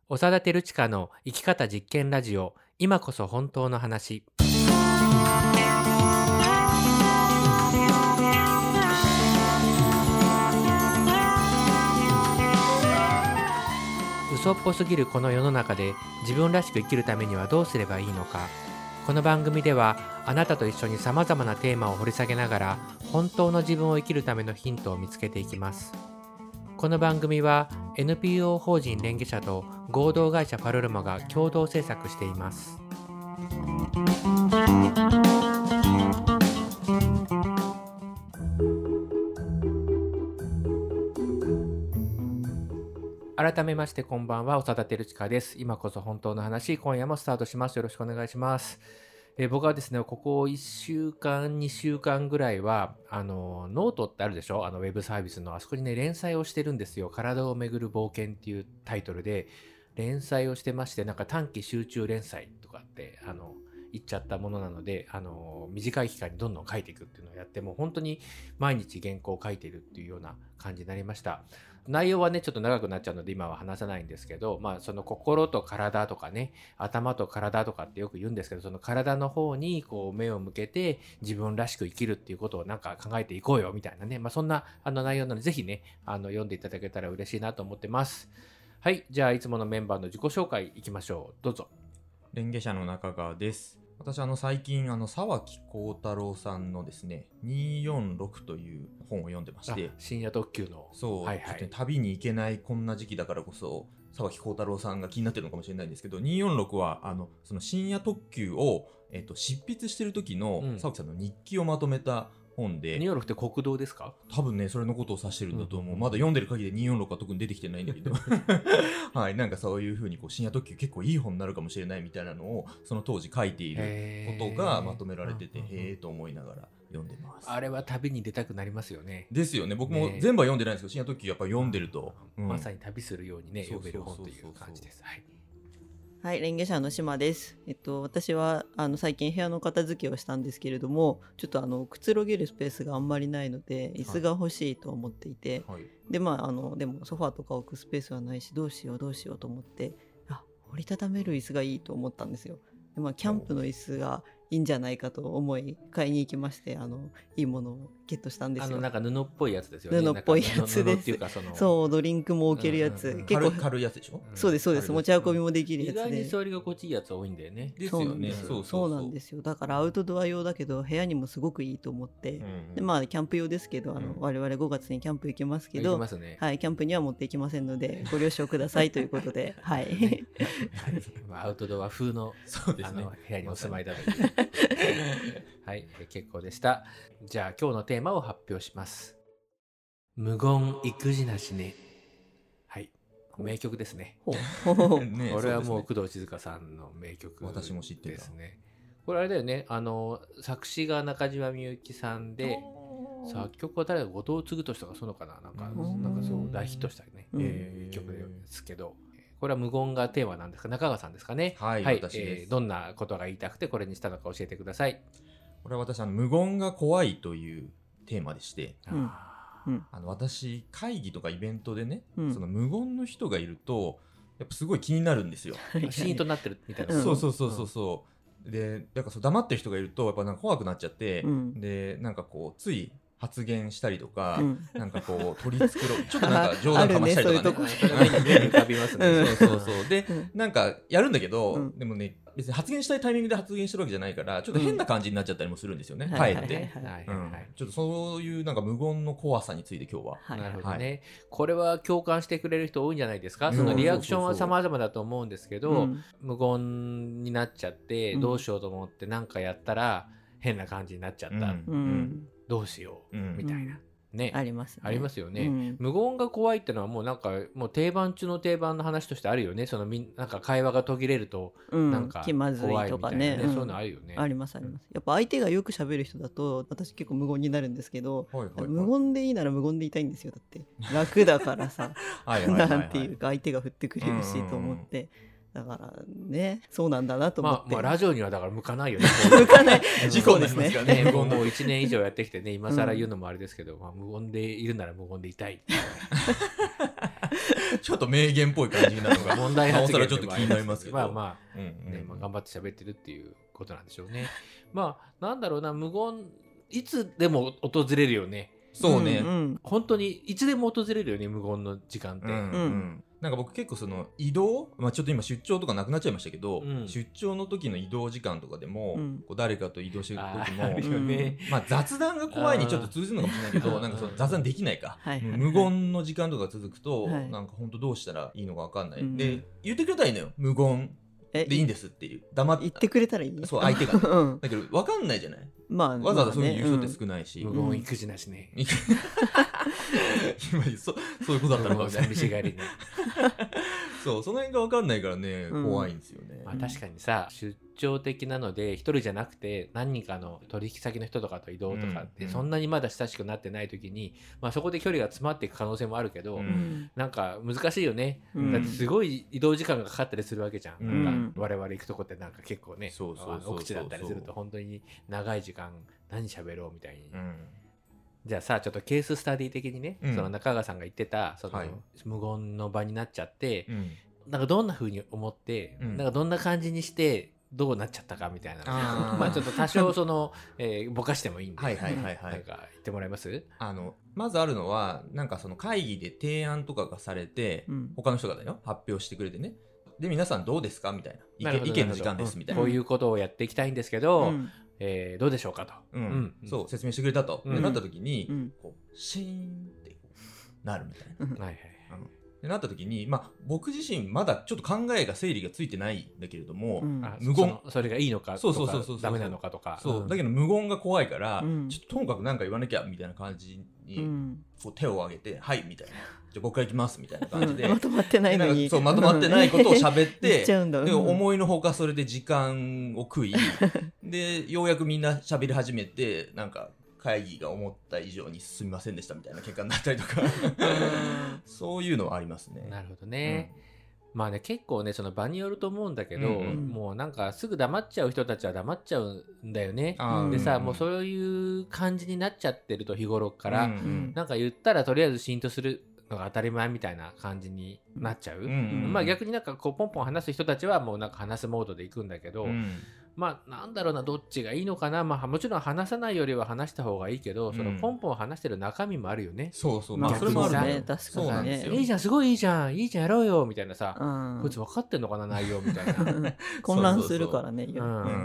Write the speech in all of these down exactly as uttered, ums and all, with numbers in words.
長田照親の生き方実験ラジオ、今こそ本当の話。嘘っぽすぎるこの世の中で自分らしく生きるためにはどうすればいいのか。この番組ではあなたと一緒にさまざまなテーマを掘り下げながら本当の自分を生きるためのヒントを見つけていきます。この番組は エヌピーオー 法人連携者と合同会社パルルマが共同制作しています。改めましてこんばんは、長田照親です。今こそ本当の話、今夜もスタートします。よろしくお願いします。えー、僕はですね、ここいっしゅうかん、にしゅうかんぐらいは、あの、ノートってあるでしょ？あの、ウェブサービスの、あそこにね、連載をしてるんですよ。体をめぐる冒険っていうタイトルで、連載をしてまして、なんか短期集中連載とかって、あの、言っちゃったものなので、あの、短い期間にどんどん書いていくっていうのをやって、もう本当に毎日原稿を書いているっていうような感じになりました。内容はね、ちょっと長くなっちゃうので今は話さないんですけど、まあその心と体とかね、頭と体とかってよく言うんですけど、その体の方にこう目を向けて自分らしく生きるっていうことをなんか考えていこうよみたいなね、まあそんなあの内容なので、ぜひね、あの読んでいただけたら嬉しいなと思ってます。はい、じゃあいつものメンバーの自己紹介いきましょう。どうぞ。 連携者の中川です。私あの最近あの沢木耕太郎さんのですねにーよんろくという本を読んでまして、 深夜特急のそう、 はいはい、 ちょっとね、旅に行けないこんな時期だからこそ沢木耕太郎さんが気になってるのかもしれないんですけど、にーよんろくはあのその深夜特急を、えっと、執筆してる時の沢木さんの日記をまとめた本で、 にーよんろくって国道ですか？ 多分ねそれのことを指してるんだと思う、うん、まだ読んでる限りでにーよんろくは特に出てきてないんだけどはい、なんかそういう風にこう深夜特急結構いい本になるかもしれないみたいなのをその当時書いていることがまとめられてて、へーと思いながら読んでます。 あれは旅に出たくなりますよね。 ですよね。僕も全部は読んでないんですけど、深夜特急やっぱ読んでると、 うん、まさに旅するようにね読める本という感じです。はいはい、連携者の島です。えっと、私はあの最近部屋の片付けをしたんですけれども、ちょっとあのくつろげるスペースがあんまりないので椅子が欲しいと思っていて、はい、でまああのでもソファーとか置くスペースはないし、どうしようどうしようと思って、あ、折りたためる椅子がいいと思ったんですよ。で、まあ、キャンプの椅子がいいんじゃないかと思い買いに行きまして、あのいいものをゲットしたんですよ。 あのなんか布っぽいやつですよね。 布っぽいやつです。 っていうかそのそうドリンクも置けるやつ、うんうん、結構軽いやつでしょ。 そうですそうです、持ち運びもできるやつで、 意外に座り心地いいやつ多いんだよね。 ですよね。 そうそうそうそうなんですよ。だからアウトドア用だけど部屋にもすごくいいと思って、うん、でまあキャンプ用ですけど、あの、うん、我々ごがつにキャンプ行きますけど、 行きますね、 はい、キャンプには持っていきませんのでご了承くださいということではい、はい、 アウトドア風の、 そうですね、 あの部屋にお住まいだというはい、結構でした。じゃあ今日のテーマを発表します。無言育児なしね。はい、名曲ですね。ね、これはもう工藤静香さんの名曲ですね。 私も知ってるですね。 これあれだよね、あの作詞が中島みゆきさんで、作曲は誰か後藤嗣俊とかそうのかな、なんかなんかそう大ヒットしたね、えー、曲ですけど、これは無言がテーマなんですか？中川さんですかね。 はい、はい、私です、 えー。どんなことが言いたくてこれにしたのか教えてください。 これは私あの無言が怖いというテーマでして、 うん、 あの私会議とかイベントでね、 うん、 その無言の人がいるとやっぱすごい気になるんですよ。 シーンとなってるみたいな。 そうそうそうそうそう、うん、でなんかそう黙ってる人がいるとやっぱなんか怖くなっちゃって、うん、でなんかこうつい発言したりとか、うん、なんかこう取り繕うちょっとなんか冗談かましたりとかね、 浮かびますね。 そうそうそうで、うん、なんかやるんだけど、うん、でもね別に発言したいタイミングで発言してるわけじゃないからちょっと変な感じになっちゃったりもするんですよね、うん、かえってちょっとそういうなんか無言の怖さについて今日は、 はい、なるほどね、はい、これは共感してくれる人多いんじゃないですか。そのリアクションは様々だと思うんですけど、うん、無言になっちゃってどうしようと思って何かやったら変な感じになっちゃった、うんうん、どうしよう、うん、みたいなね、 ありますね。 ありますよね、うん、無言が怖いってのはもうなんかもう定番中の定番の話としてあるよね。そのみなんか会話が途切れるとなんか気まずいとかね、 うん、そういうのあるよね、 うん、ありますあります。やっぱ相手がよく喋る人だと私結構無言になるんですけど、はいはいはい、無言でいいなら無言でいたいんですよ。だって楽だからさなんていうか相手が振ってくれるしと思って、うんうんうん、だからね、そうなんだなと思って、 まあ、まあラジオにはだから向かないよね向かない事故ですね。ねもうもういちねん以上やってきてね、今更言うのもあれですけど、うん、まあ、無言でいるなら無言でいたいちょっと名言っぽい感じになるのが問題発言なおさらちょっと気になりますけど、 まあまあ、 うんうんねまあ、頑張って喋ってるっていうことなんでしょうね。まあなんだろうな、無言いつでも訪れるよね。 そうね、 うんうん、 本当にいつでも訪れるよね、無言の時間って。 うんうん、なんか僕結構その移動、まあ、ちょっと今出張とかなくなっちゃいましたけど、うん、出張の時の移動時間とかでも、うん、こう誰かと移動してる時も、ね、まあ、雑談が怖いにちょっと通ずるのかもしれないけど、なんかその雑談できないか、はいはいはい、無言の時間とか続くと、はい、なんか本当どうしたらいいのか分かんない、うん、で言ってくれたらいいのよ、無言でいいんですっていう、黙って言ってくれたらいい、 そう相手が、ね、うん、だけど分かんないじゃない、まあ、わざわざそういう言う人って少ないし、 まあね、うん、無言育児なしね今 そ, そういうことだったのかみたいな寂しがりねそう、その辺が分かんないからね、うん、怖いんですよね。 まあ、確かにさ、出張的なので一人じゃなくて何人かの取引先の人とかと移動とかって、うん、そんなにまだ親しくなってない時に、まあ、そこで距離が詰まっていく可能性もあるけど、うん、なんか難しいよね、うん、だってすごい移動時間がかかったりするわけじゃん、うん、なんか我々行くとこってなんか結構ね、奥地だったりすると本当に長い時間何喋ろうみたいに、うん、じゃあさ、ちょっとケーススタディ的にね、うん、その中川さんが言ってたその、はい、無言の場になっちゃって、うん、なんかどんな風に思って、うん、なんかどんな感じにしてどうなっちゃったかみたいな、あまあちょっと多少その、えー、ぼかしてもいいんで、はいはいはいはい、なんか言ってもらえます？ あのまずあるのは、なんかその会議で提案とかがされて、うん、他の人がだよ発表してくれてね、で皆さんどうですかみたいな、意見、意見の時間ですみたいな、 こういうことをやっていきたいんですけど、うんえー、どうでしょうかと、 うんうん、そう説明してくれたと、うん、でなった時に、うん、こうシーンってこうなるみたいな、はいはい、うんでなった時に、まあ、僕自身まだちょっと考えが整理がついてないんだけれども、うん、 無言 そ, それがいいのかとかダメなのかとか、 そう、うん、だけど無言が怖いから、うん、ちょっとともかく何か言わなきゃみたいな感じに、うん、こう手を挙げてはいみたいな、じゃあ僕から行きますみたいな感じで、 うん、まとまってないのにそうまとまってないことを喋ってで思いのほかそれで時間を食いでようやくみんな喋り始めて、なんか会議が思った以上に進みませんでしたみたいな結果になったりとかそういうのはありますね。 なるほどね、うん、まあね結構ねその場によると思うんだけど、うんうん、もうなんかすぐ黙っちゃう人たちは黙っちゃうんだよね。でさ、うんうん、もうそういう感じになっちゃってると日頃から、うんうん、なんか言ったらとりあえずシーンとするのが当たり前みたいな感じになっちゃう、うんうんうん、まあ逆になんかこうポンポン話す人たちはもうなんか話すモードでいくんだけど、うんまあなんだろうな、どっちがいいのかな、まあもちろん話さないよりは話した方がいいけど、うん、そのポンポン話してる中身もあるよね。 そうそう、まあそれもあるね。 確かにね。 いいじゃん、すごいいいじゃん、いいじゃんやろうよみたいなさ、うん、こいつ分かってんのかな内容みたいな混乱するからね、うん、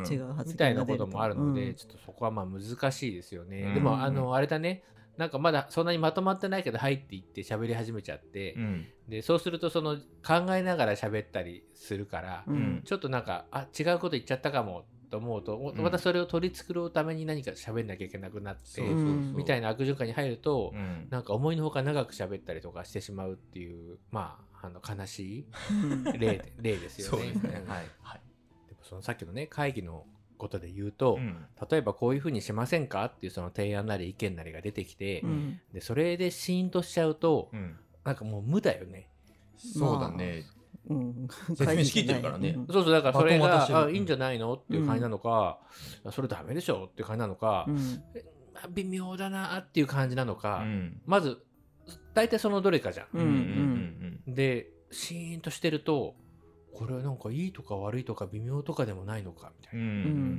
違う発言が出るとみたいなこともあるので、うん、ちょっとそこはまあ難しいですよね。うん、でもあのあれだね。なんかまだそんなにまとまってないけど入って言って喋り始めちゃって、うん、でそうするとその考えながら喋ったりするから、うん、ちょっとなんかあ違うこと言っちゃったかもと思うと、うん、またそれを取り繕うために何か喋んなきゃいけなくなって、うん、みたいな悪循環に入ると、うん、なんか思いのほか長く喋ったりとかしてしまうっていうまあ、あの悲しい例, 例ですよね。そうですね、はいはい、でもそのさっきのね会議のことで言うと、うん、例えばこういうふうにしませんかっていうその提案なり意見なりが出てきて、うん、でそれでシーンとしちゃうと、うん、なんかもう無だよね。 そうだね、まあうん、説明しきってるからね、 うん、そうそう、だからそれがあいいんじゃないのっていう感じなのか、うん、それダメでしょっていう感じなのか、うん、微妙だなっていう感じなのか、うん、まず大体そのどれかじゃん、うんうんうん、でシーンとしてるとこれはなんかいいとか悪いとか微妙とかでもないのかみたいな、うん、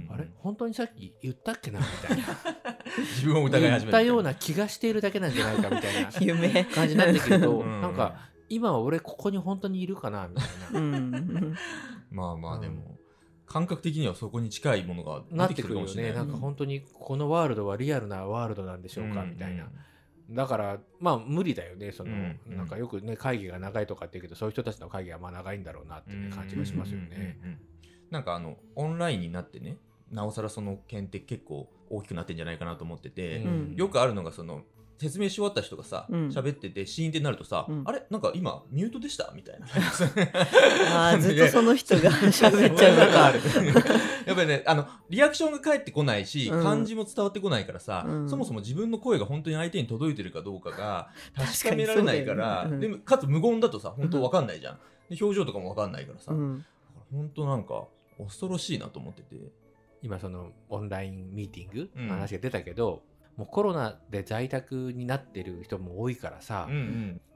あれ本当にさっき言ったっけなみたいな自分を疑い始める言ったような気がしているだけなんじゃないかみたいな感じなんだけど、うん、なんか今は俺ここに本当にいるかなみたいな、うん、 まあまあでも、うん、感覚的にはそこに近いものが出てくるかもしれない。 なってくるよね。なんか本当にこのワールドはリアルなワールドなんでしょうか、うん、みたいな。だからまあ無理だよね。その、うんうん、なんかよくね会議が長いとかって言うけど、そういう人たちの会議はまあ長いんだろうなっていう感じがしますよね。 なんかあのオンラインになってね、なおさらその件って結構大きくなってんじゃないかなと思ってて、うん、よくあるのがその説明し終わった人がさ喋、うん、っててシーンってなるとさ、うん、あれなんか今ミュートでしたみたいなあずっとその人が喋っちゃうのかやっぱりねあのリアクションが返ってこないし、うん、感じも伝わってこないからさ、うん、そもそも自分の声が本当に相手に届いてるかどうかが確かめられないから、ねうん、でもかつ無言だとさ本当分かんないじゃん、で表情とかも分かんないからさ、うん、本当なんか恐ろしいなと思ってて、 今そのオンラインミーティングの話が出たけど、うんもうコロナで在宅になってる人も多いからさ、うんうん、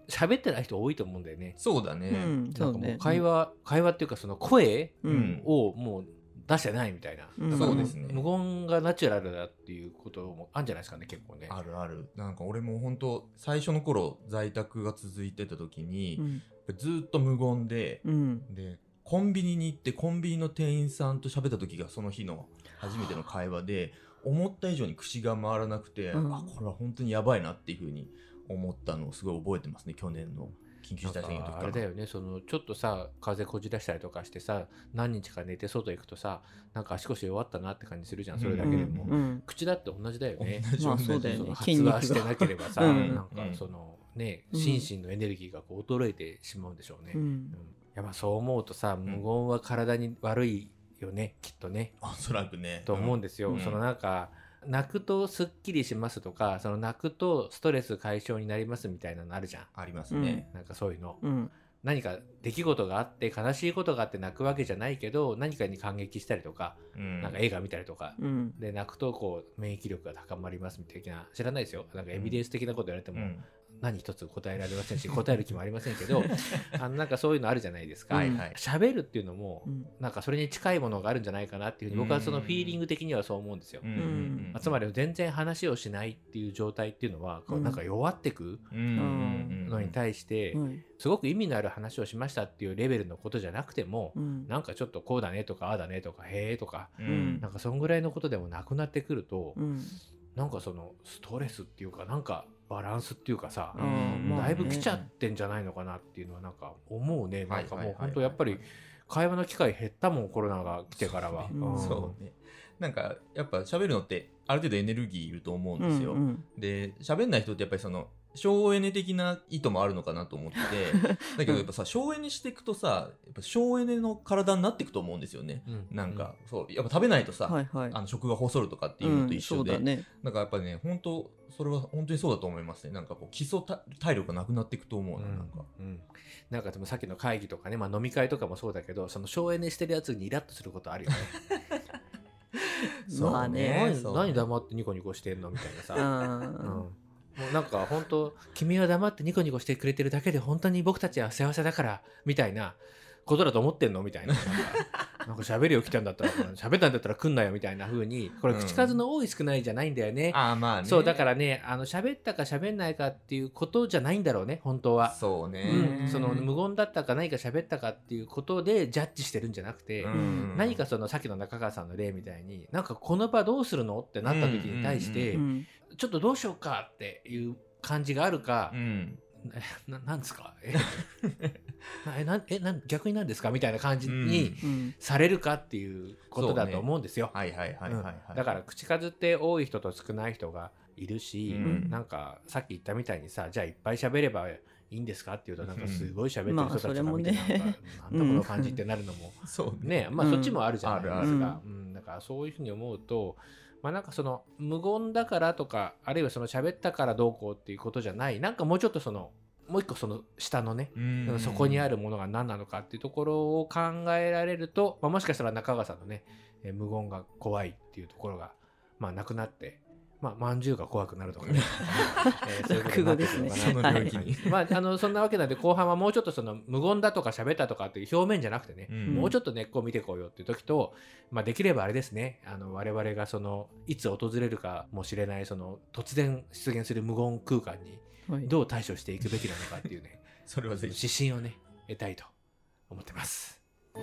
喋ってない人多いと思うんだよね。 そうだね、 うん、 なんかもそうねう会話、会話っていうかその声うんをもう出してないみたいな、 うんだからそうですね無言がナチュラルだっていうこともあるんじゃないですかね、結構ね。 あるある。なんか俺も本当最初の頃在宅が続いてた時に、 うんずっと無言で、 うんでコンビニに行ってコンビニの店員さんと喋った時がその日の初めての会話で、思った以上に口が回らなくて、 うんあこれは本当にやばいなっていう風に思ったのをすごい覚えてますね、去年の緊急事態宣言の時から。 あれだよね、そのちょっとさ風邪こじらしたりとかしてさ、何日か寝て外行くとさ、なんか足腰弱ったなって感じするじゃん、それだけでも、 うんうん口だって同じだよね。 同じまあ同じそうだよねその発話してなければさ、 うんなんかそのね、 うん心身のエネルギーがこう衰えてしまうんでしょうね。 うんうんいやまあそう思うとさ、無言は体に悪いよね、きっとね、 おそらくねと思うんですよ。 うんそのなんか泣くとすっきりしますとか、その泣くとストレス解消になりますみたいなのあるじゃん。 ありますね、 なんかそういうの。 うん何か出来事があって悲しいことがあって泣くわけじゃないけど、何かに感激したりとか、 うんなんか映画見たりとか、 うんで泣くとこう免疫力が高まりますみたいな、知らないですよ、なんかエビデンス的なこと言われても、 うん何一つ答えられませんし答える気もありませんけどあのなんかそういうのあるじゃないですか。 はいはい喋るっていうのも、 うんなんかそれに近いものがあるんじゃないかなっていうふうに僕はそのフィーリング的にはそう思うんですよ。 うんうんうんまあつまり全然話をしないっていう状態っていうのは、こううんなんか弱ってくうんうんうんのに対して、 うんすごく意味のある話をしましたっていうレベルのことじゃなくても、 うんなんかちょっとこうだねとかああだねとかへえとか、 うんなんかそんぐらいのことでもなくなってくると、 うんなんかそのストレスっていうかなんかバランスっていうかさ、 うんまあねだいぶ来ちゃってんじゃないのかなっていうのはなんか思うね。なんかもうはいはいはいはい本当やっぱり会話の機会減ったもん、コロナが来てからは。 そうねんそうね。なんかやっぱ喋るのってある程度エネルギーいると思うんですよ。 うんうんで喋んない人ってやっぱりその省エネ的な意図もあるのかなと思っててだけどやっぱさ省エネしていくとさやっぱ省エネの体になっていくと思うんですよね。 うんなんか、そうやっぱ食べないとさ、 はいはいあの食が細るとかっていうのと一緒で、 うんそうだねなんかやっぱりね本当それは本当にそうだと思いますね。なんかこう基礎体体力がなくなっていくと思うな、なんか。 うんなんかでもさっきの会議とかね、まあ、飲み会とかもそうだけど、その省エネしてるやつにイラッとすることあるよね。 そうまあね何そう何黙ってニコニコしてんのみたいなさ。 うんうんもうなんか本当君は黙ってニコニコしてくれてるだけで本当に僕たちは幸せだからみたいなことだと思ってんのみたいな。なんかなんか喋るよ来たんだったら喋ったんだったら来んなよみたいな風に、これ口数の多い少ないじゃないんだよね。 ああまあね。 そうだからね、あの喋ったか喋んないかっていうことじゃないんだろうね、本当は。 そうね、 うん、その無言だったか何か喋ったかっていうことでジャッジしてるんじゃなくて、 うん何かそのさっきの中川さんの例みたいに、なんかこの場どうするのってなった時に対して、 うんちょっとどうしようかっていう感じがあるか、 うんえななんですかえなえなえな逆になんですかみたいな感じにうんされるかっていうことだと思うんですよ。 はいはいはいはい、はいうんだから口数って多い人と少ない人がいるし、 うんなんかさっき言ったみたいにさ、じゃあいっぱい喋ればいいんですかっていうと、なんかすごい喋ってる人たちが見て、 まあそれもねなんかなんだこの感じってなるのもそうね、まあうんそっちもあるじゃないですか。 あるあるうんだからそういうふうに思うと、まあなんかその無言だからとか、あるいはその喋ったからどうこうっていうことじゃない、なんかもうちょっとそのもう一個その下のね、 うんそこにあるものが何なのかっていうところを考えられると、まあ、もしかしたら中川さんのね、えー無言が怖いっていうところが、まあ、なくなって、まあ、まんじゅうが怖くなるとかね、えーそういうことになってくるのかなその領域に、 まあ、あのそんなわけなんで、後半はもうちょっとその無言だとか喋ったとかっていう表面じゃなくてね、 うんもうちょっと根っこを見ていこうよっていう時と、まあ、できればあれですね、あの我々がそのいつ訪れるかもしれないその突然出現する無言空間にはいどう対処していくべきなのかっていうねそれはぜひ指針をね得たいと思ってます。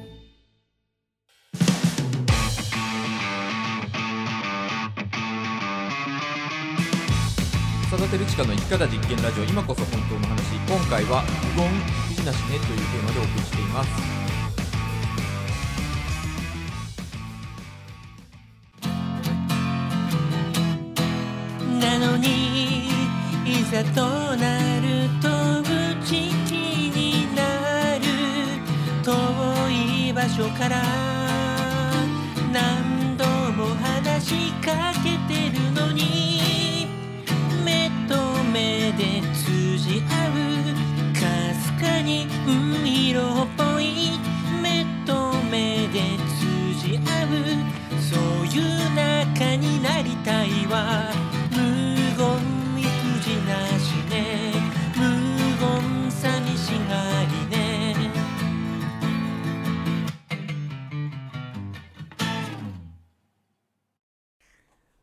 育てる地下の生き方実験ラジオ、今こそ本当の話。今回は無言口なしねというテーマでお送りしています。 なのにいざとなると打ち気になる、遠い場所から何度も話しかけてるのに、目と目で通じ合うかすかに、うん、色っぽい目と目で通じ合う、そういう仲になりたいわ。無言育児なしね、無言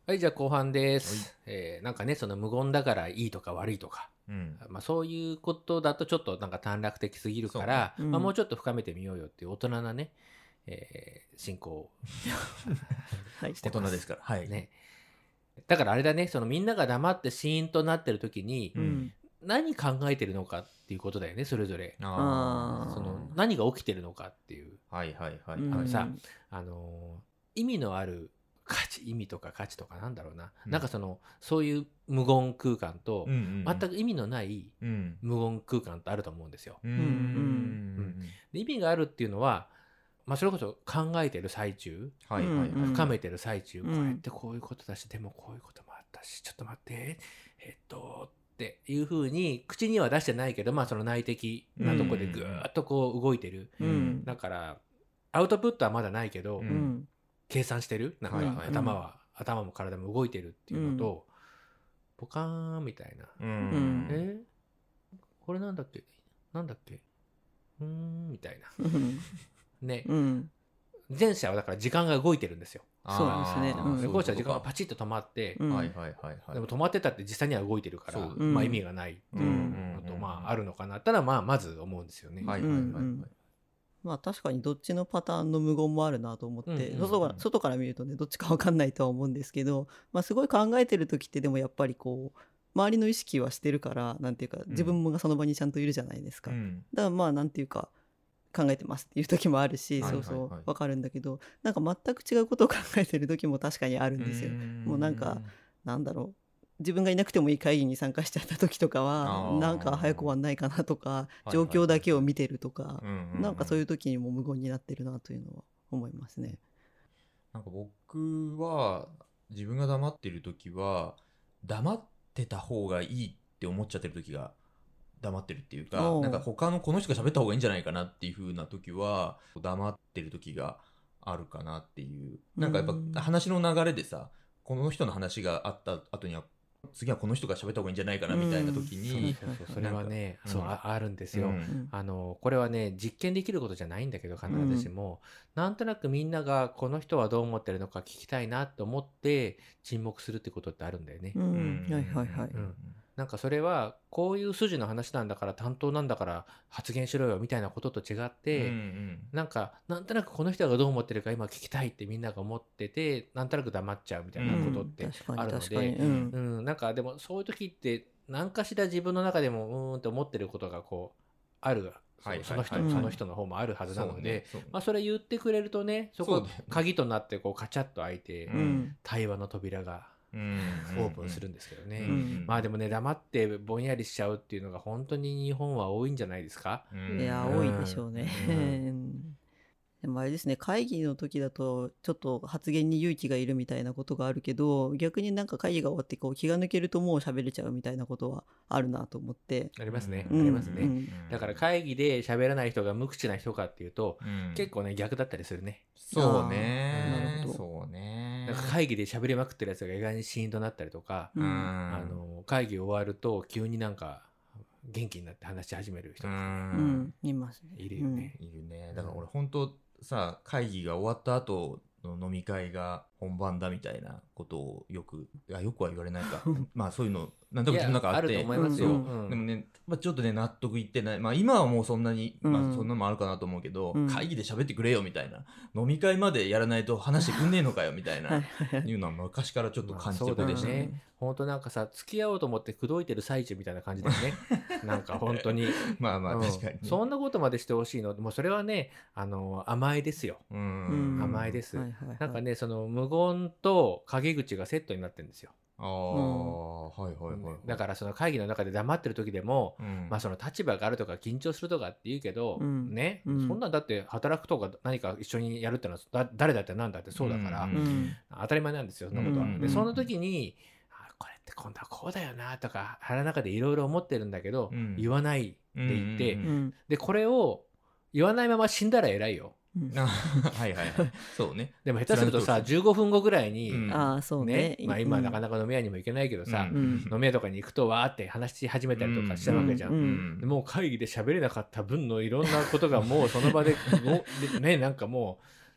はい、じゃあ後半です。えーなんかね、その無言だからいいとか悪いとか、 うんまあ、そういうことだとちょっとなんか短絡的すぎるから、 そうねうんまあ、もうちょっと深めてみようよっていう大人なね、えー進行をはいしてます大人ですから。はい。 ね。だからあれだね、そのみんなが黙ってシーンとなってる時に、 うん何考えてるのかっていうことだよね、それぞれ。 あーその何が起きてるのかっていう。 はいはいはい。 うんあのさ、あのー意味のある価値、意味とか価値とかなんだろうな。 うんなんかその、そういう無言空間と、 うんうんうん全く意味のないうん無言空間ってあると思うんですよ。 うんうんで意味があるっていうのは、まあ、それこそ考えてる最中、 はいはいはい。 うん深めてる最中、 うんこうやってこういうことだし、でもこういうこともあったし、ちょっと待って、えっと、っていうふうに、口には出してないけど、まあその内的なとこでぐーっとこう動いてる。 うんだから、アウトプットはまだないけど、 ううんん計算してるなんか、 はいはい頭は、頭も体も動いてるっていうのと、ポカーンみたいな。 ううんんえこれなんだっけなんだっけうーんみたいな。 うんね。 うん前者はだから時間が動いてるんですよ。 そうですねうんで後者は時間がパチチッと止まって、 うんはいはいはいはい。 でも止まってたって実際には動いてるから、 そううんまあ意味がないっていうのと、 うんまああるのかなったら、まあまず思うんですよね。 はいはいはいはい。 うんまあ確かにどっちのパターンの無言もあるなと思って、 うんうん外から外から見るとねどっちか分かんないとは思うんですけど、まあ、すごい考えてる時ってでもやっぱりこう周りの意識はしてるからなんていうか自分がその場にちゃんといるじゃないですか、 うんだからまあなんていうか考えてますっていう時もあるし、 はいそうそうはいはい分かるんだけど、なんか全く違うことを考えてる時も確かにあるんですよ。もうなんかなんだろう自分がいなくてもいい会議に参加しちゃった時とかはあーなんか早く終わんないかなとかい状況だけを見てるとか、 うんなんかそういう時にも無言になってるなというのは思いますね。 なんか僕は自分が黙ってる時は黙ってた方がいいって思っちゃってる時が黙ってるっていうか、 おうなんか他のこの人が喋った方がいいんじゃないかなっていう風な時は黙ってる時があるかなっていう、なんかやっうんぱ話の流れでさ、この人の話があった後には次はこの人が喋った方がいいんじゃないかなみたいな時そうに、 そうそうそれはね、 なんかそうああるんですよ。 うんうんあのこれはね実験できることじゃないんだけど必ずしも、なんとなくみんながこの人はどう思ってるのか聞きたいなと思って沈黙するってことってあるんだよね。 うんはいはいはい。 うんなんかそれはこういう筋の話なんだから担当なんだから発言しろよみたいなことと違って、 うんうんなんかなんとなくこの人がどう思ってるか今聞きたいってみんなが思っててなんとなく黙っちゃうみたいなことって確かあるのに確かに、 で、 うんうん、なんかでもそういう時って何かしら自分の中でもうーんって思ってることがこうある、 はいはいその人はいその人の方もあるはずなので、 そうねそうねまあ、それ言ってくれるとねそこそうだよね鍵となってこうカチャッと開いて、 ううんん対話の扉がうんオープンするんですけどね、 うんまあでもね黙ってぼんやりしちゃうっていうのが本当に日本は多いんじゃないですか。 うんいやうん多いでしょうね。 うんうんでもあれですね会議の時だとちょっと発言に勇気がいるみたいなことがあるけど逆になんか会議が終わってこう気が抜けるともう喋れちゃうみたいなことはあるなと思って。 ありますね、 うんありますね、 うんだから会議で喋らない人が無口な人かっていうと、 うん結構ね逆だったりするね。 そうなねるほどそうねなんか会議で喋りまくってるやつが意外にシーンとなったりとか、 うんあの会議終わると急になんか元気になって話し始める人うがうんんいますね。 いるよね。 いるね。だから俺本当さ、会議が終わった後の飲み会が本番だみたいなことをよく、いやよくは言われないか。まあそういうの、なんとなく自分の中あって。 いやあると思いますよ。 うんうんでもね、まあ、ちょっとね、納得いってない。まあ今はもうそんなに、まうんあそんなのもあるかなと思うけど、 うん会議で喋ってくれよみたいな。飲み会までやらないと話してくんねえのかよみたいはいな。 はいはいいうのは昔からちょっと感じてまあそうだよくでしたね。 ね。本当なんかさ付き合おうと思って口説いてる最中みたいな感じだよね。なんか本当に。 まあまあうん確かにね。 そんなことまでしてほしいのもうそれはねあの甘えですよ。 ううんん。 甘えですはいはいはいなんかねその無言と陰口がセットになってるんですよ。 ああ、はいはいはいはい。 だからその会議の中で黙ってる時でも、 うん、 まあその立場があるとか緊張するとかって言うけど、 うんね、 うんそんなんだって働くとか何か一緒にやるってのはだ誰だってなんだってそうだから、 うんうん当たり前なんですよそんなことは。 うんでそんな時にあこれって今度はこうだよなとか腹の中でいろいろ思ってるんだけど、 うん言わないって言って、 うんうんでこれを言わないまま死んだら偉いよ。 うんあはいはいはい。そうね。 でも下手するとさじゅうごふんごぐらいに、 うんああそうねねまあ、今うんなかなか飲み屋にも行けないけどさ、 うん飲み屋とかに行くとわーって話し始めたりとかしたわけじゃん。 うんうんでもう会議で喋れなかった分のいろんなことがもうその場でもうでねなんかもう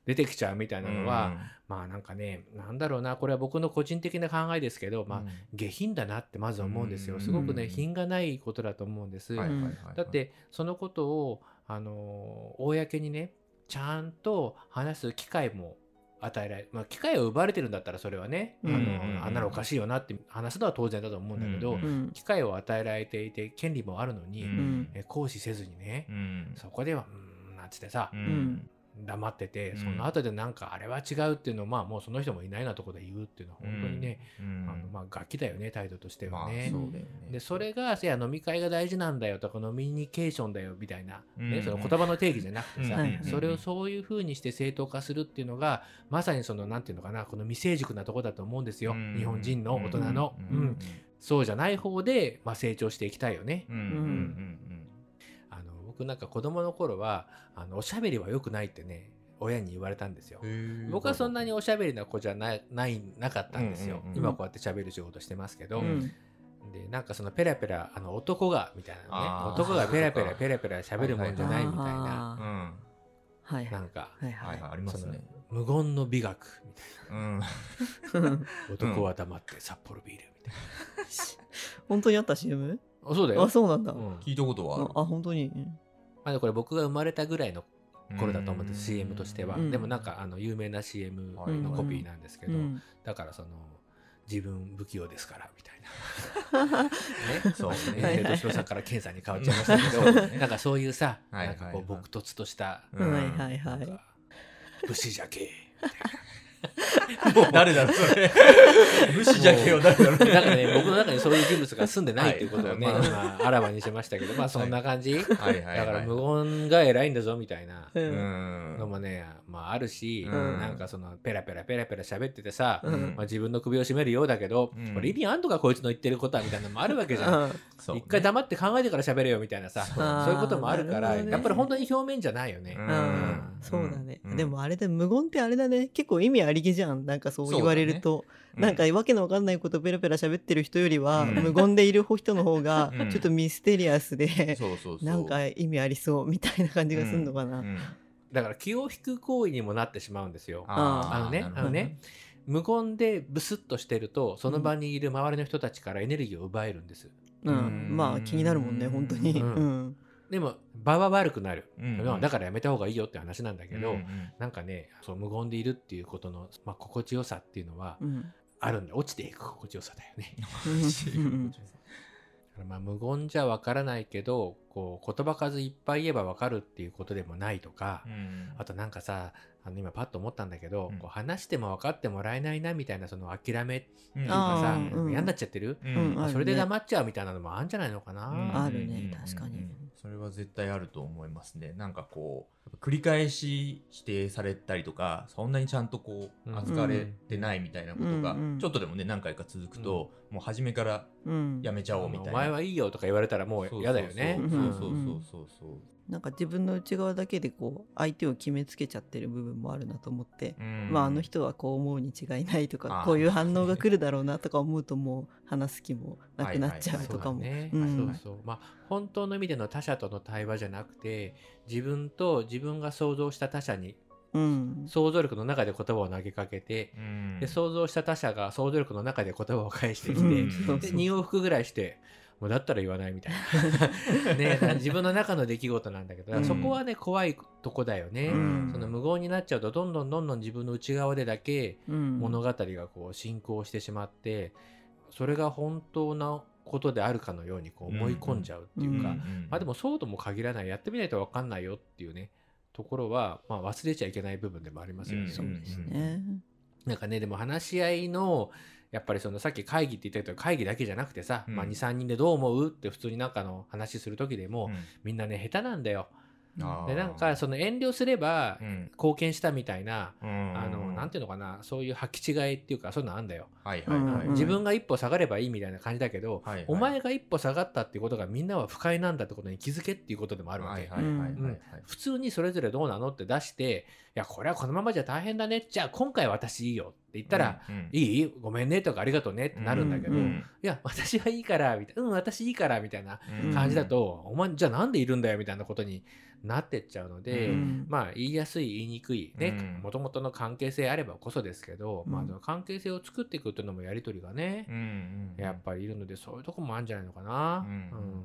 出てきちゃうみたいなのは、まあなんかね、なんだろうな、これは僕の個人的な考えですけど、まあ下品だなってまず思うんですよ。すごくね、品がないことだと思うんです。だってそのことをあの公にねちゃんと話す機会も与えられ、まあ、機会を奪われてるんだったらそれはね、うん、あのあんなのおかしいよなって話すのは当然だと思うんだけど、うん、機会を与えられていて権利もあるのに、うん、え行使せずにね、うん、そこではうーんなんつってさ、うん黙ってて、うん、その後でなんかあれは違うっていうのをまあもうその人もいないようなところで言うっていうのは本当にね、うん、あのまあガキだよね態度としてはね。まあ、そうだよね。でそれがいや飲み会が大事なんだよとか飲みニケーションだよみたいな、ね、うん、その言葉の定義じゃなくてさ、うん、それをそういう風にして正当化するっていうのがまさにそのなんていうのかなこの未成熟なところだと思うんですよ、うん、日本人の大人の、うんうん、そうじゃない方で、まあ、成長していきたいよね。うんうんうん僕なんか子供の頃はあのおしゃべりは良くないってね親に言われたんですよ。僕はそんなにおしゃべりな子じゃな い, ないなかったんですよ、うんうんうん、今こうやってしゃべる仕事してますけど、うん、でなんかそのペラペラあの男がみたいなね男がペラペラペラペラしゃべるもんじゃないみたいな、はいはい、なんか、はいはいはい、ありますね。無言の美学みたいな、うん、男は黙って札幌ビールみたいな本当にあった シーエム？ あそうだよ。 あそうなんだ、 うん、聞いたことはある。 あ本当に。 まあ、これ僕が生まれたぐらいの頃だと思うんです シーエム としては、うん、でもなんかあの有名な シーエム のコピーなんですけど、うん、だからその自分不器用ですからみたいなね、そうね敏郎さんから健さんに変わっちゃいましたけど、ね、なんかそういうさ、なんかこう朴突とした、 はいはいはい、 武士じゃけみたいな誰だろうそれ武士じゃけよ誰だろうなんかね僕の中にそういう人物が住んでないっていうことをね、はいまあ、あらわにしましたけどまあそんな感じ、はいはいはいはい、だから無言が偉いんだぞみたいなのもね、まあ、あるし、うん、なんかそのペラペラペラペラ喋っててさ、うんまあ、自分の首を絞めるようだけど、うん、これ意味あんとかこいつの言ってることはみたいなのもあるわけじゃん、うん、一回黙って考えてから喋れよみたいなさ そう、そういうこともあるから、ね、やっぱり本当に表面じゃないよね、うんうん、 そうだね、うん、でもあれで無言ってあれだね結構意味ありげじゃん。なんかそう言われると、ね、なんかわけのわかんないことペラペラ喋ってる人よりは、うん、無言でいる人の方がちょっとミステリアスで、うん、なんか意味ありそうみたいな感じがするのかな、うんうん、 だから気を引く行為にもなってしまうんですよ。ああのね、あのね無言でブスッとしてるとその場にいる周りの人たちからエネルギーを奪えるんです、 うんうん、まあ気になるもんね本当に、うんうんでも場は悪くなる、うんうん、だからやめた方がいいよって話なんだけど、うんうん、なんかねそう無言でいるっていうことの、まあ、心地よさっていうのはあるんで、うん、落ちていく心地よさだよねまあ無言じゃわからないけどこう言葉数いっぱい言えばわかるっていうことでもないとか、うん、あとなんかさあの今パッと思ったんだけど、うん、こう話しても分かってもらえないなみたいなその諦めっていうかさ、うん、嫌になっちゃってる、うんうん、それで黙っちゃうみたいなのもあるんじゃないのかな、うん、 あるね確かに、うん、 それは絶対あると思いますね。なんかこう繰り返し否定されたりとかそんなにちゃんとこう扱われてないみたいなことがちょっとでもね何回か続くと、うん、もう初めからやめちゃおうみたいな、 お前はいいよとか言われたらもう嫌だよね。 そうそうそうそうそうなんか自分の内側だけでこう相手を決めつけちゃってる部分もあるなと思って、うんまあ、あの人はこう思うに違いないとかこういう反応が来るだろうなとか思うともう話す気もなくなっちゃうとかも本当の意味での他者との対話じゃなくて自分と自分が想像した他者にうん、想像力の中で言葉を投げかけて、うん、で想像した他者が想像力の中で言葉を返してきて、うん、でに往復ぐらいしてもうだったら言わないみたいな、ね、自分の中の出来事なんだけど、うん、そこはね怖いとこだよね、うん、その無言になっちゃうとどんどんどんどん自分の内側でだけ物語がこう進行してしまってそれが本当なことであるかのようにこう思い込んじゃうっていうか、うんうん、まあでもそうとも限らないやってみないと分かんないよっていうねところは、まあ、忘れちゃいけない部分でもありますよね、うん、 そうですね。 なんかねでも話し合いのやっぱりそのさっき会議って言ったけど会議だけじゃなくてさ、うんまあ、にさんにんでどう思うって普通になんかの話する時でも、うん、みんなね下手なんだよ。でなんかその遠慮すれば貢献したみたいな、うん、あのなんていうのかなそういう履き違いっていうかそういうのあんだよ、はいはいはい、自分が一歩下がればいいみたいな感じだけど、はいはい、お前が一歩下がったっていうことがみんなは不快なんだってことに気づけっていうことでもあるわけ。普通にそれぞれどうなのって出していやこれはこのままじゃ大変だねじゃあ今回私いいよっ言ったら、 うんうん、 いいごめんねとかありがとうねってなるんだけど、 うんうん、 いや私はいいからみたいな、うん私いいからみたいな感じだと、うん、お前じゃあなんでいるんだよみたいなことになってっちゃうので、うん、まあ言いやすい言いにくいね、もともとの関係性あればこそですけど、うん、まあその関係性を作っていくというのもやり取りがね、うんうん、やっぱりいるので、そういうとこもあるんじゃないのかな。うんうんうん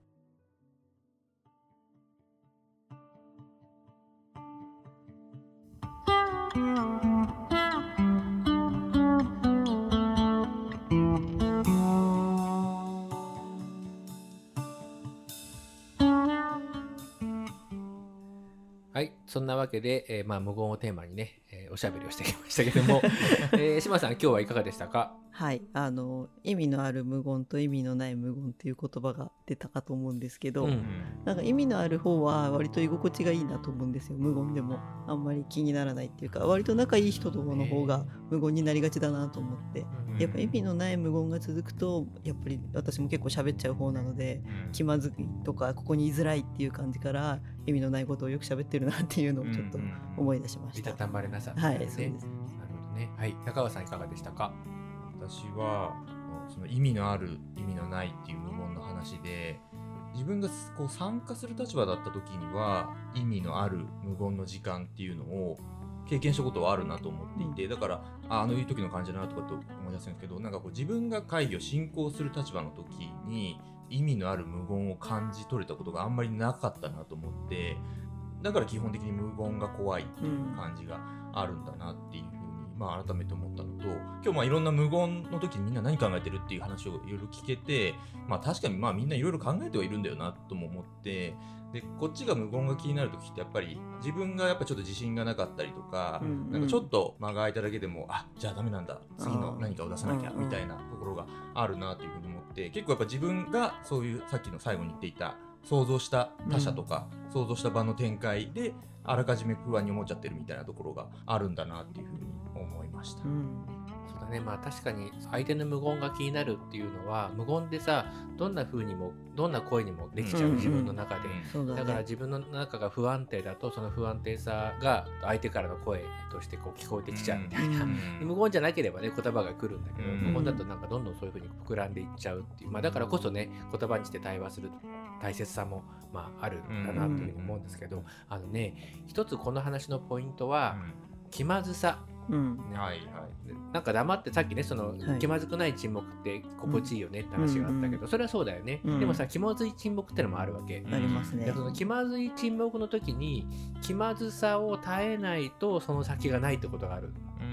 はい、そんなわけで、えーまあ、無言をテーマにね、えー、おしゃべりをしてきましたけども、えー、島さん今日はいかがでしたか？ はい、あの意味のある無言と意味のない無言っていう言葉が出たかと思うんですけど、うん、なんか意味のある方は割と居心地がいいなと思うんですよ。無言でもあんまり気にならないっていうか、割と仲いい人との方が無言になりがちだなと思って、やっぱ意味のない無言が続くとやっぱり私も結構喋っちゃう方なので、気まずいとかここに居づらいっていう感じから意味のないことをよく喋ってるなっていうのをちょっと思い出しました。 いたたまれなさ、 ね、はい、そうです。なるほどね。はい、中川さんいかがでしたか？ 私はその意味のある意味のないっていう無言の話で、自分がこう参加する立場だった時には意味のある無言の時間っていうのを経験したことはあるなと思っていて、だからああのいう時の感じだなとかって思い出すんですけど、なんかこう自分が会議を進行する立場の時に意味のある無言を感じ取れたことがあんまりなかったなと思って、だから基本的に無言が怖いっていう感じがあるんだなっていうふうに、まあ、改めて思ったのと、今日まあいろんな無言の時にみんな何考えてるっていう話をいろいろ聞けて、まあ確かにまあみんないろいろ考えてはいるんだよなとも思って、でこっちが無言が気になる時ってやっぱり自分がやっぱちょっと自信がなかったりとか、うんうん、なんかちょっと間が空いただけでもあじゃあダメなんだ次の何かを出さなきゃみたいなところがあるなというふうに思って、結構やっぱ自分がそういうさっきの最後に言っていた想像した他者とか、うん、想像した場の展開であらかじめ不安に思っちゃってるみたいなところがあるんだなっていうふうに思いました。うん、 そうだね、まあ確かに相手の無言が気になるっていうのは、無言でさどんな風にもどんな声にもできちゃう、うん、自分の中で、うんうん、だから自分の中が不安定だとその不安定さが相手からの声としてこう聞こえてきちゃうみたいな、うん、無言じゃなければね言葉が来るんだけど、うん、無言だとなんかどんどんそういう風に膨らんでいっちゃうっていう、まあ、だからこそね言葉にして対話する大切さもまああるんだなというふうに思うんですけど、うん、あのね一つこの話のポイントは、うん、気まずさ、うんね、はいはい、なんか黙ってさっきねその、はい、気まずくない沈黙って心地いいよねって話があったけど、うん、それはそうだよね、うん、でもさ気まずい沈黙ってのもあるわけ、 ありますね。 その気まずい沈黙の時に気まずさを耐えないとその先がないってことがある、うんうん、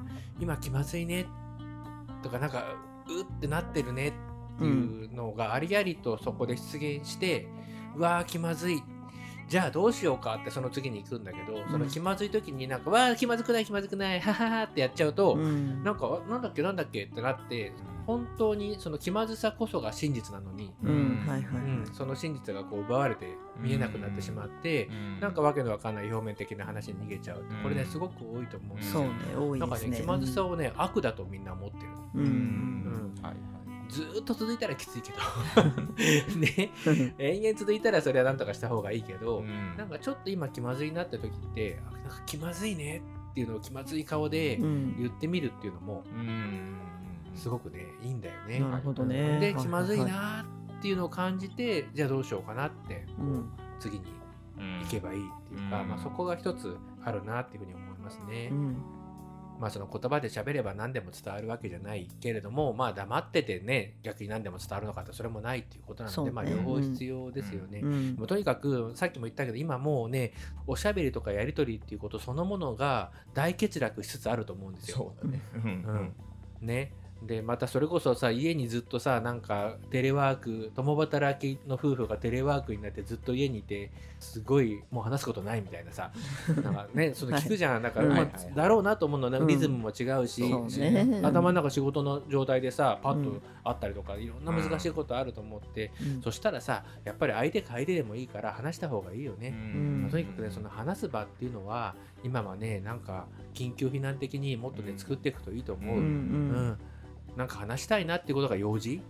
今気まずいねとかなんかうってなってるねっていうのがありありとそこで出現して、うわー気まずいじゃあどうしようかってその次に行くんだけど、その気まずい時になんか、うん、わー気まずくない気まずくないはははってやっちゃうと、うん、なんかなんだっけなんだっけってなって本当にその気まずさこそが真実なのに、うんはいはいはいうん、その真実がこう奪われて見えなくなってしまって、うん、なんかわけのわかんない表面的な話に逃げちゃうって、これねすごく多いと思うんですよ、 そうね多いですね。 なんかね気まずさをね、うん、悪だとみんな思ってる、うんうんうんはいずーっと続いたらきついけどね延々続いたらそれはなんとかした方がいいけど、うん、なんかちょっと今気まずいなって時ってなんか気まずいねっていうのを気まずい顔で言ってみるっていうのも、うん、すごくねいいんだよね。 なるほどね。 で気まずいなっていうのを感じて、はいはい、じゃあどうしようかなってこう、うん、次に行けばいいっていうか、うんまあ、そこが一つあるなっていうふうに思いますね。うんまあ、その言葉で喋れば何でも伝わるわけじゃないけれども、まあ黙っててね逆に何でも伝わるのかってそれもないっていうことなので、ねまあ、両方必要ですよね、うん、もうとにかくさっきも言ったけど今もうねおしゃべりとかやり取りっていうことそのものが大欠落しつつあると思うんですよ。 そうだね、うん、 ねでまたそれこそさ家にずっとさなんかテレワーク共働きの夫婦がテレワークになってずっと家にいてすごいもう話すことないみたいなさなんかねその聞くじゃん、はい、だから、まあ、だろうなと思うのね、うん、リズムも違うし、うんね、頭の中仕事の状態でさパッとあったりとか、うん、いろんな難しいことあると思って、うん、そしたらさやっぱり相手か相手でもいいから話した方がいいよね、うんまあ、とにかくねその話す場っていうのは今はねなんか緊急避難的にもっとね作っていくといいと思う、うんうんうんなんか話したいなっていうことが用事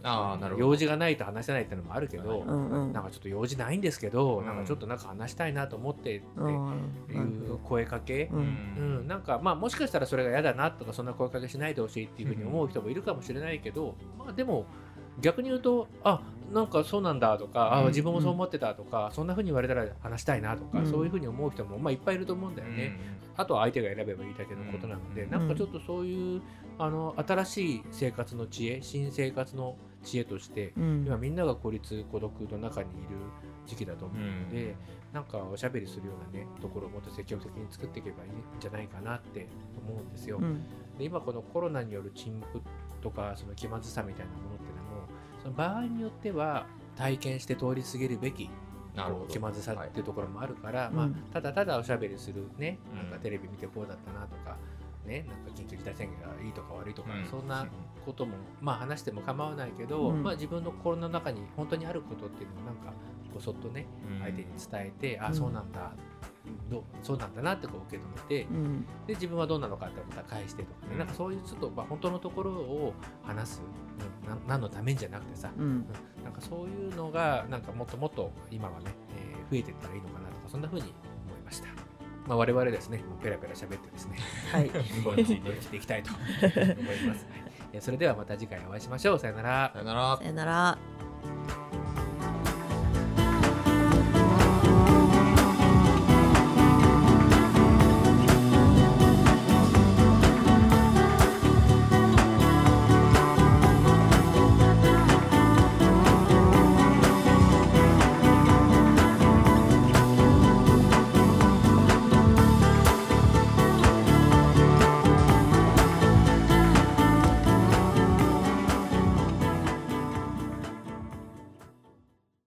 あーなるほど。 用事がないと話せないってのもあるけど、 うんうんなんかちょっと用事ないんですけど、 うんなんかちょっとなんか話したいなと思ってってうんいう声かけ、 ううんうん、なんかまあもしかしたらそれが嫌だなとかそんな声かけしないでほしいっていうふうに思う人もいるかもしれないけど、まあでも逆に言うと、あ、なんかそうなんだとか、あ、 うん自分もそう思ってたとか、そんなふうに言われたら話したいなとか、 うんそういうふうに思う人もまあいっぱいいると思うんだよね。あとは相手が選べばいいだけのことなので、 うんなんかちょっとそういうあの新しい生活の知恵、新生活の知恵として、 うん今みんなが孤立孤独の中にいる時期だと思うので、 うんなんかおしゃべりするようなねところをもっと積極的に作っていけばいいんじゃないかなって思うんですよ。 うんで今このコロナによる沈黙とかその気まずさみたいなものっていうのも、その場合によっては体験して通り過ぎるべきなるほど。 こう気まずさっていうところもあるから、 はいまあうん、 ただただおしゃべりするね、 うんなんかテレビ見てこうだったなとか、ね、なんか緊急事態宣言がいいとか悪いとか、 うんそんなことも、まあ、話しても構わないけど、 うんまあ、自分の心の中に本当にあることっていうのをなんかこそっとね、 うん相手に伝えて、あ、 うんそうなんだ、どうそうなんだなってこう受け止めて、 うんで自分はどうなのかってまた返してとかね、 うんなんかそういうちょっと、まあ、本当のところを話す、なな何のためにじゃなくてさ、 うんなんかそういうのがなんかもっともっと今はね、えー増えていったらいいのかなとか、そんな風に思いました。まあ、我々ですね、もうペラペラ喋ってですね、 はい向こうについて生きていきたいと思います。はい、えーそれではまた次回お会いしましょう。さよなら。 さよなら。 さよなら。